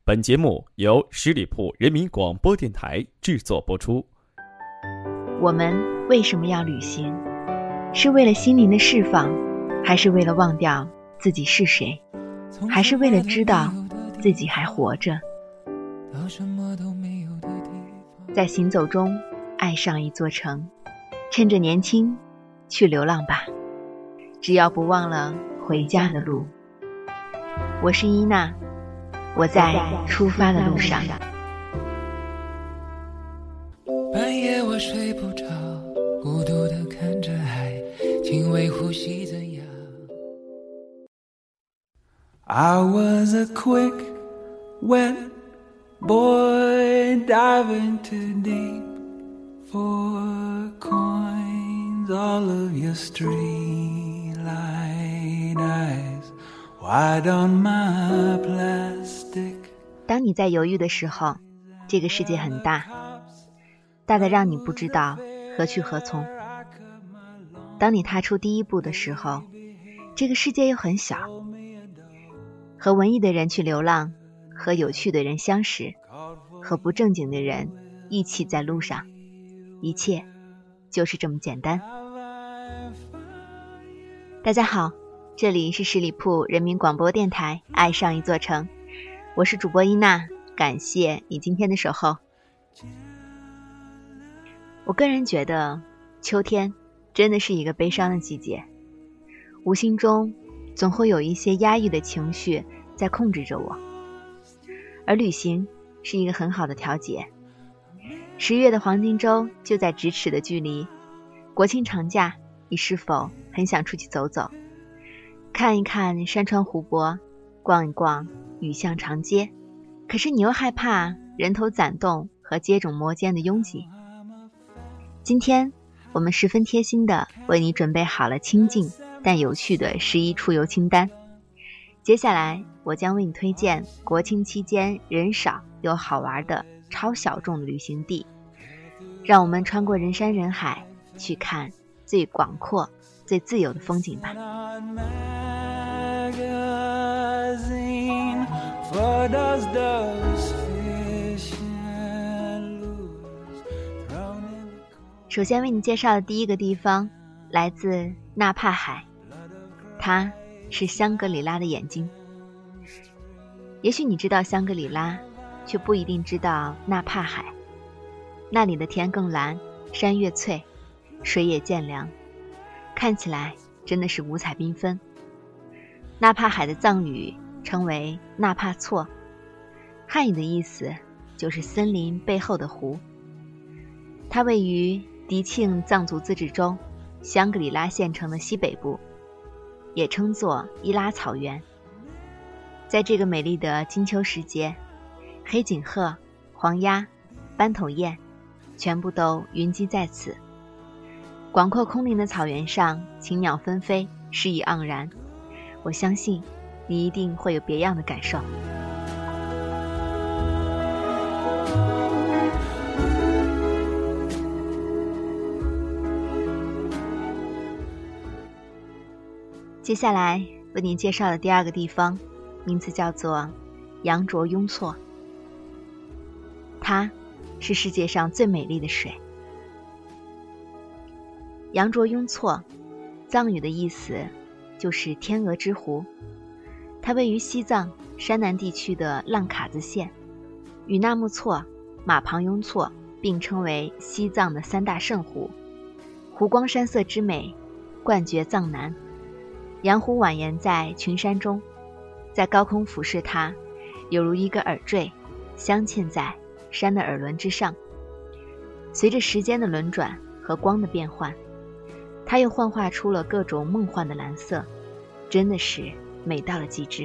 本节目由十里铺人民广播电台制作播出。 我们为什么要旅行？是为了心灵的释放，还是为了忘掉自己是谁？还是为了知道自己还活着？在行走中爱上一座城，趁着年轻去流浪吧，只要不忘了回家的路。我是伊娜，我在出发的路上。 半夜我睡不着，孤独地看着海，轻微呼吸怎样？ I was a quick, wet boy diving too deep for coins. All of your streetlight eyes wide on my plastic。 当你在犹豫的时候，这个世界很大，大的让你不知道何去何从。当你踏出第一步的时候，这个世界又很小。和文艺的人去流浪，和有趣的人相识，和不正经的人一起在路上，一切就是这么简单。大家好，这里是十里铺人民广播电台爱上一座城，我是主播伊娜，感谢你今天的守候。我个人觉得秋天真的是一个悲伤的季节，无形中总会有一些压抑的情绪在控制着我，而旅行是一个很好的调节。10月的黄金周就在咫尺的距离，国庆长假你是否很想出去走走，看一看山川湖泊，逛一逛雨巷长街，可是你又害怕人头攒动和接踵摩肩的拥挤。今天我们十分贴心地为你准备好了清静但有趣的11出游清单。接下来我将为你推荐国庆期间人少又好玩的超小众的旅行地，让我们穿过人山人海，去看最广阔最自由的风景吧。首先为你介绍的第一个地方来自纳帕海，它是香格里拉的眼睛。也许你知道香格里拉，却不一定知道纳帕海。那里的天更蓝，山越翠，水也渐凉，看起来真的是五彩缤纷。纳帕海的藏语称为纳帕错，汉语的意思就是森林背后的湖。它位于迪庆藏族自治州香格里拉县城的西北部，也称作伊拉草原。在这个美丽的金秋时节，黑颈鹤、黄鸭、斑头雁全部都云集在此。广阔空灵的草原上，禽鸟纷飞，诗意盎然。我相信你一定会有别样的感受。接下来为您介绍的第二个地方，名字叫做羊卓雍措。它是世界上最美丽的水。羊卓雍措，藏语的意思就是天鹅之湖。它位于西藏山南地区的浪卡子县，与纳木错、玛旁雍措并称为西藏的3大圣湖。湖光山色之美，冠绝藏南。羊湖蜿蜒在群山中，在高空俯视它，犹如一个耳坠，镶嵌在山的耳轮之上。随着时间的轮转和光的变换，它又幻化出了各种梦幻的蓝色，真的是美到了极致。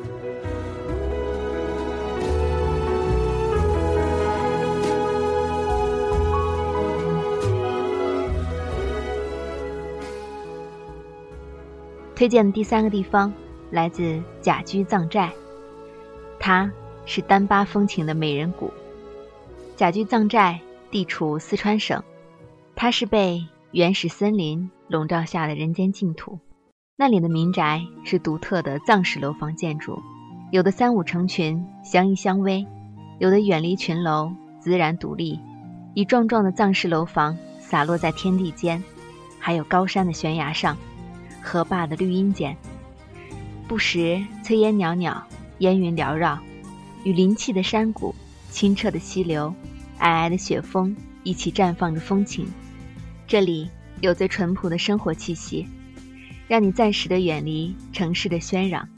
推荐的第3个地方来自甲居藏寨，它是丹巴风情的美人谷。甲居藏寨地处四川省，它是被原始森林笼罩下的人间净土。那里的民宅是独特的藏式楼房建筑， 有的三五成群，相依相偎；有的远离群楼，自然独立，以壮壮的藏式楼房洒落在天地间，还有高山的悬崖上，河坝的绿荫间，不时炊烟袅袅，烟云缭绕，与灵气的山谷、清澈的溪流、皑皑的雪峰一起绽放着风情。这里有最淳朴的生活气息，让你暂时的远离城市的喧嚷。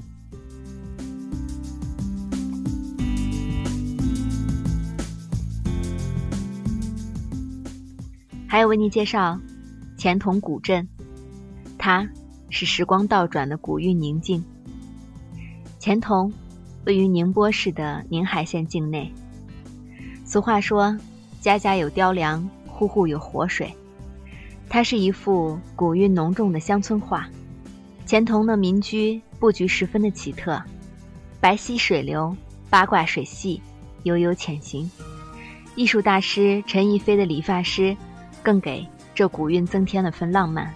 还有为你介绍钱塘古镇，它是时光倒转的古韵宁静。钱塘位于宁波市的宁海县境内。俗话说，家家有雕梁，户户有活水。它是一幅古韵浓重的乡村画。钱塘的民居布局十分的奇特，白溪水流，八卦水系，悠悠浅行。艺术大师陈逸飞的理发师更给这古韵增添了份浪漫。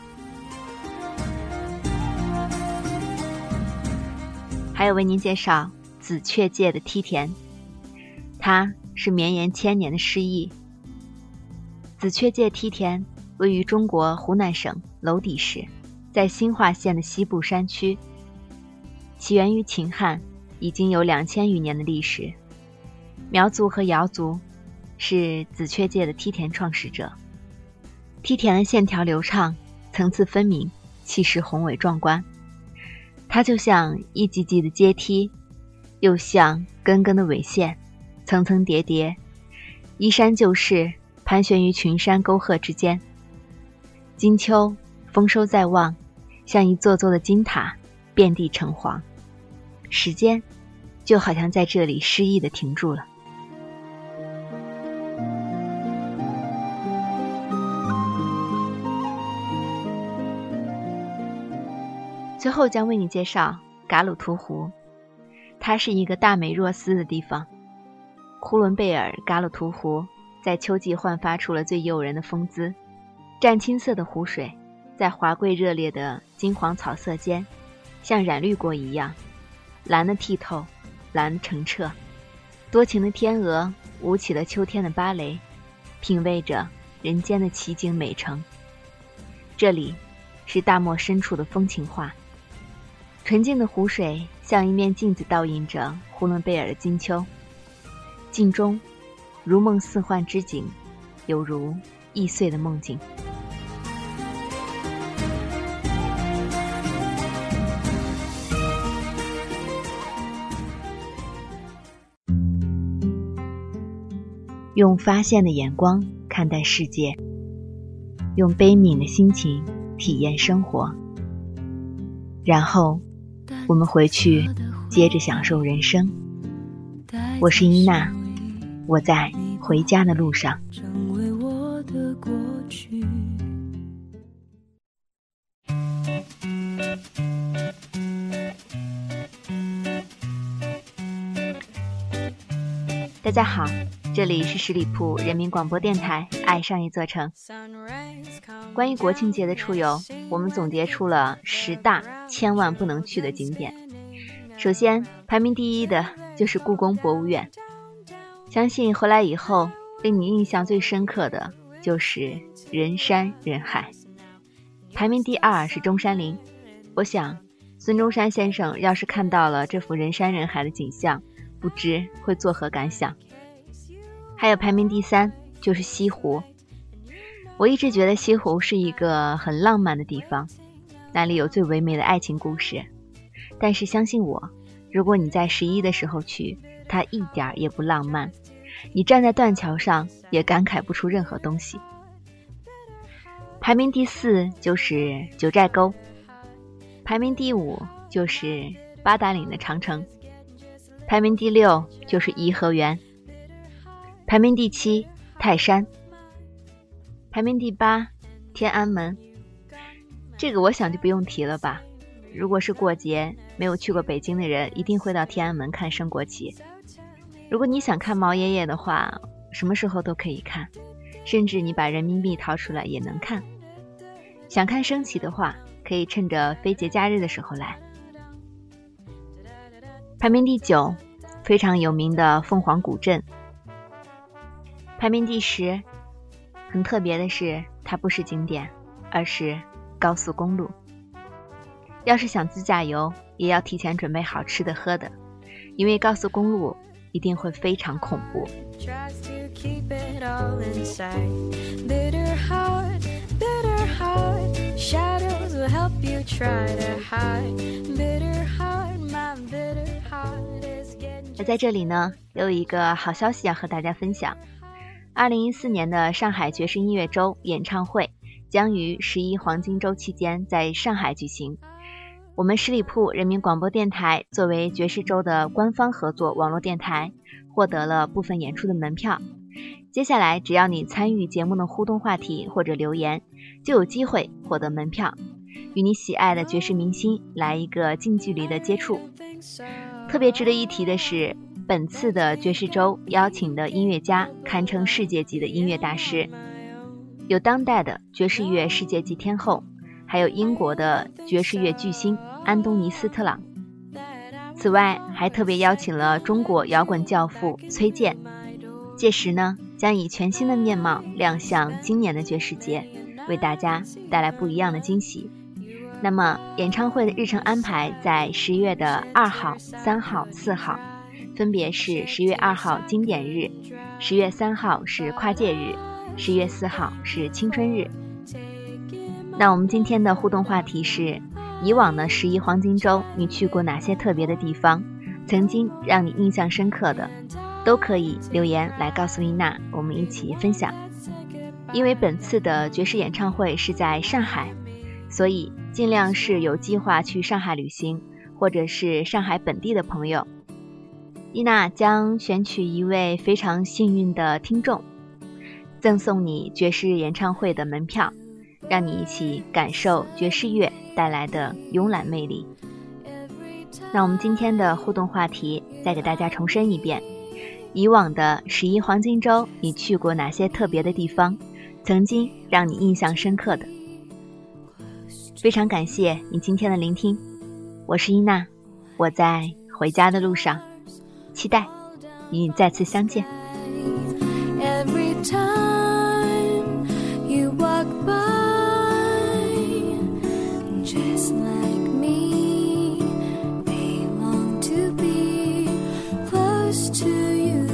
还有为您介绍紫雀界的梯田，它是绵延千年的诗意。紫雀界梯田位于中国湖南省娄底市，在兴化县的西部山区，起源于秦汉，已经有2000余年的历史。苗族和瑶族是紫雀界的梯田创始者。梯田的线条流畅，层次分明，气势宏伟壮观。它就像一级级的阶梯，又像根根的纬线，层层叠叠，依山就势，盘旋于群山沟壑之间。金秋丰收在望，像一座座的金塔遍地橙黄，时间就好像在这里诗意地停住了。最后将为你介绍噶鲁图湖，它是一个大美若斯的地方。呼伦贝尔噶鲁图湖在秋季焕发出了最诱人的风姿，湛青色的湖水在华贵热烈的金黄草色间，像染绿过一样，蓝的剔透，蓝的澄澈。多情的天鹅舞起了秋天的芭蕾，品味着人间的奇景美程。这里是大漠深处的风情画，纯净的湖水像一面镜子倒映着呼伦贝尔的金秋，镜中如梦似幻之景，犹如易碎的梦境。用发现的眼光看待世界，用悲悯的心情体验生活，然后我们回去接着享受人生。我是伊娜，我在回家的路上。 成为我的过去。 大家好，这里是十里铺人民广播电台爱上一座城。关于国庆节的出游，我们总结出了10大千万不能去的景点。首先排名第一的就是故宫博物院，相信回来以后令你印象最深刻的就是人山人海。排名第2是中山陵，我想孙中山先生要是看到了这幅人山人海的景象，不知会作何感想。还有排名第3就是西湖，我一直觉得西湖是一个很浪漫的地方，那里有最唯美的爱情故事。但是相信我，如果你在11的时候去，它一点也不浪漫，你站在断桥上也感慨不出任何东西。排名第4就是九寨沟，排名第5就是八达岭的长城，排名第6就是颐和园，排名第7泰山，排名第8天安门。这个我想就不用提了吧，如果是过节没有去过北京的人，一定会到天安门看升国旗。如果你想看毛爷爷的话，什么时候都可以看，甚至你把人民币掏出来也能看。想看升旗的话，可以趁着非节假日的时候来。 排名第9，非常有名的凤凰古镇。排名第10，很特别的是，它不是景点，而是高速公路。要是想自驾游，也要提前准备好吃的喝的，因为高速公路一定会非常恐怖。而在这里呢，有一个好消息要和大家分享。2014年的上海爵士音乐周演唱会将于11黄金周期间在上海举行。我们十里铺人民广播电台作为爵士周的官方合作网络电台，获得了部分演出的门票。接下来只要你参与节目的互动话题或者留言，就有机会获得门票，与你喜爱的爵士明星来一个近距离的接触。特别值得一提的是，本次的爵士周邀请的音乐家堪称世界级的音乐大师，有当代的爵士乐世界级天后，还有英国的爵士乐巨星安东尼斯特朗。此外还特别邀请了中国摇滚教父崔健，届时呢将以全新的面貌亮相今年的爵士节，为大家带来不一样的惊喜。那么演唱会的日程安排在10月的2号、3号、4号，分别是10月2号经典日，10月3号是跨界日，10月4号是青春日。那我们今天的互动话题是，以往的11黄金周你去过哪些特别的地方，曾经让你印象深刻的，都可以留言来告诉伊娜，我们一起分享。因为本次的爵士演唱会是在上海，所以尽量是有计划去上海旅行或者是上海本地的朋友，伊娜将选取一位非常幸运的听众，赠送你爵士演唱会的门票，让你一起感受爵士乐带来的慵懒魅力。那我们今天的互动话题再给大家重申一遍，以往的11黄金周你去过哪些特别的地方，曾经让你印象深刻的。非常感谢你今天的聆听，我是伊娜，我在回家的路上，期待与你再次相见。 Every time you walk by, just like me, they long to be close to you.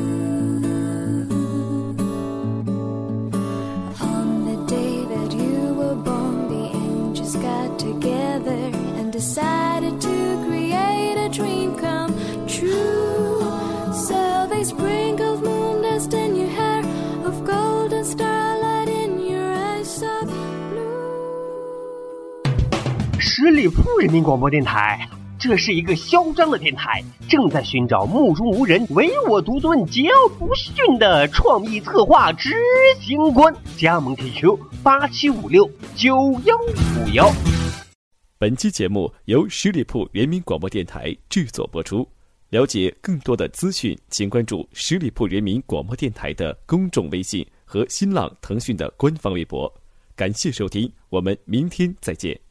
On the day that you were born, the angels got together and decided to create a dream come true. So they sprinkled moon dust in your hair, of golden starlight in your eyes of blue. 十里铺人民广播电台，这是一个嚣张的电台，正在寻找目中无人、唯我独尊、桀骜不驯的创意策划执行官。加盟 QQ 87569151。 本期节目由十里铺人民广播电台制作播出。了解更多的资讯，请关注十里铺人民广播电台的公众微信和新浪、腾讯的官方微博。感谢收听，我们明天再见。